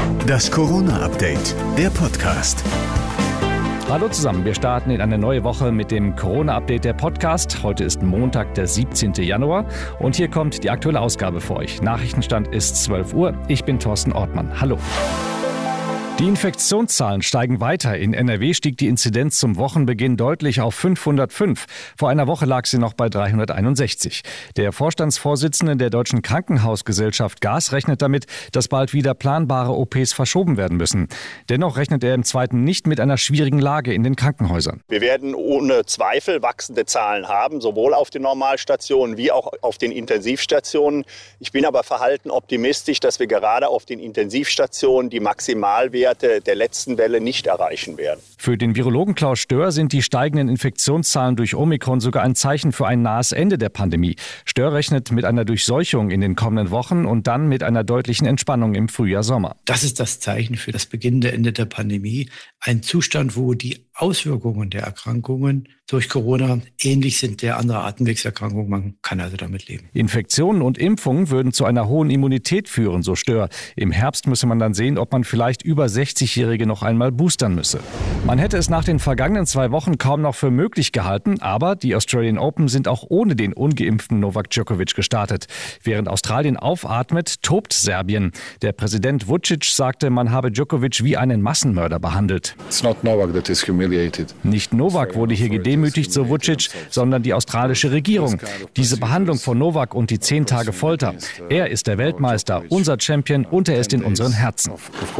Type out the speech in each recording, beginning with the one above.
Das Corona-Update, der Podcast. Hallo zusammen, wir starten in eine neue Woche mit dem Corona-Update, der Podcast. Heute ist Montag, der 17. Januar und hier kommt die aktuelle Ausgabe für euch. Nachrichtenstand ist 12 Uhr. Ich bin Thorsten Ortmann. Hallo. Die Infektionszahlen steigen weiter. In NRW stieg die Inzidenz zum Wochenbeginn deutlich auf 505. Vor einer Woche lag sie noch bei 361. Der Vorstandsvorsitzende der Deutschen Krankenhausgesellschaft GAS rechnet damit, dass bald wieder planbare OPs verschoben werden müssen. Dennoch rechnet er im Zweiten nicht mit einer schwierigen Lage in den Krankenhäusern. Wir werden ohne Zweifel wachsende Zahlen haben, sowohl auf den Normalstationen wie auch auf den Intensivstationen. Ich bin aber verhalten optimistisch, dass wir gerade auf den Intensivstationen die Maximalwerte der letzten Welle nicht erreichen werden. Für den Virologen Klaus Stör sind die steigenden Infektionszahlen durch Omikron sogar ein Zeichen für ein nahes Ende der Pandemie. Stör rechnet mit einer Durchseuchung in den kommenden Wochen und dann mit einer deutlichen Entspannung im Frühjahr, Sommer. Das ist das Zeichen für das beginnende Ende der Pandemie. Ein Zustand, wo die Auswirkungen der Erkrankungen durch Corona ähnlich sind der anderen Atemwegserkrankungen. Man kann also damit leben. Infektionen und Impfungen würden zu einer hohen Immunität führen, so Stör. Im Herbst müsse man dann sehen, ob man vielleicht über 60-Jährige noch einmal boostern müsse. Man hätte es nach den vergangenen 2 Wochen kaum noch für möglich gehalten, aber die Australian Open sind auch ohne den ungeimpften Novak Djokovic gestartet. Während Australien aufatmet, tobt Serbien. Der Präsident Vučić sagte, man habe Djokovic wie einen Massenmörder behandelt. Nicht Novak wurde hier gedemütigt, so Vučić, sondern die australische Regierung. Diese Behandlung von Novak und die 10 Tage Folter. Er ist der Weltmeister, unser Champion und er ist in unseren Herzen.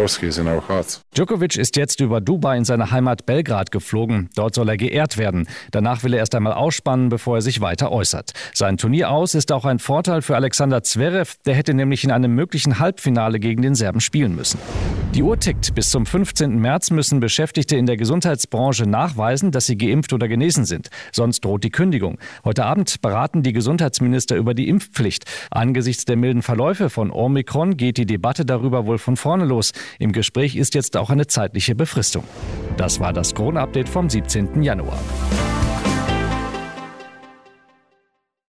Djokovic ist jetzt über Dubai in seine Heimat Belgrad geflogen. Dort soll er geehrt werden. Danach will er erst einmal ausspannen, bevor er sich weiter äußert. Sein Turnier aus ist auch ein Vorteil für Alexander Zverev. Der hätte nämlich in einem möglichen Halbfinale gegen den Serben spielen müssen. Die Uhr tickt. Bis zum 15. März müssen Beschäftigte in der Gesundheitsbranche nachweisen, dass sie geimpft oder genesen sind. Sonst droht die Kündigung. Heute Abend beraten die Gesundheitsminister über die Impfpflicht. Angesichts der milden Verläufe von Omikron geht die Debatte darüber wohl von vorne los. Im Gespräch ist jetzt auch eine zeitliche Befristung. Das war das Corona-Update vom 17. Januar.